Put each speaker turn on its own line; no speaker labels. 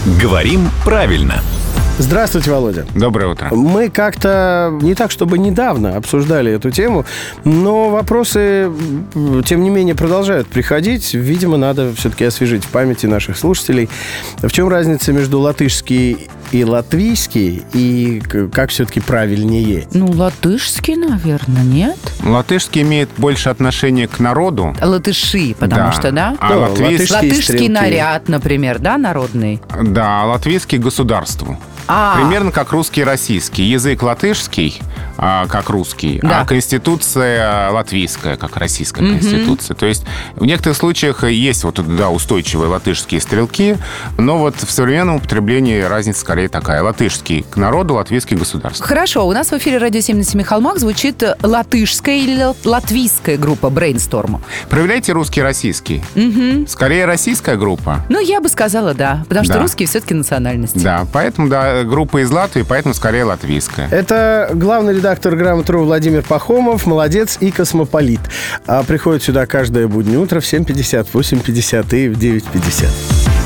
Говорим правильно.
Здравствуйте, Володя.
Доброе утро.
Мы как-то не так, чтобы недавно обсуждали эту тему, но вопросы, тем не менее, продолжают приходить. Видимо, надо все-таки освежить в памяти наших слушателей. В чем разница между латышский и латвийский, и как все-таки правильнее?
Латышский, наверное, нет?
Латышский имеет больше отношения к народу.
Латыши, потому что, да?
А
Латышский
стрелки.
наряд, например, да, народный?
Да, латвийский к государству. Примерно как русский и российский. Язык латышский, как русский,
да.
А конституция латвийская, как российская конституция. То есть в некоторых случаях есть устойчивые латышские стрелки, но вот в современном употреблении разница скорее такая. Латышский к народу, латвийский к государству.
Хорошо, у нас в эфире «Радио 7 на семи холмах» звучит латышская или латвийская группа Brainstorm.
Проверяйте русский и российский. Скорее российская группа.
Я бы сказала, да, потому что
Да.
русские все-таки национальность.
Да, поэтому, группа из Латвии, поэтому скорее латвийская.
Это главный редактор «Грамотру» Владимир Пахомов, молодец и космополит. Приходит сюда каждое буднее утро в 7:50, в 8:50 и в 9:50.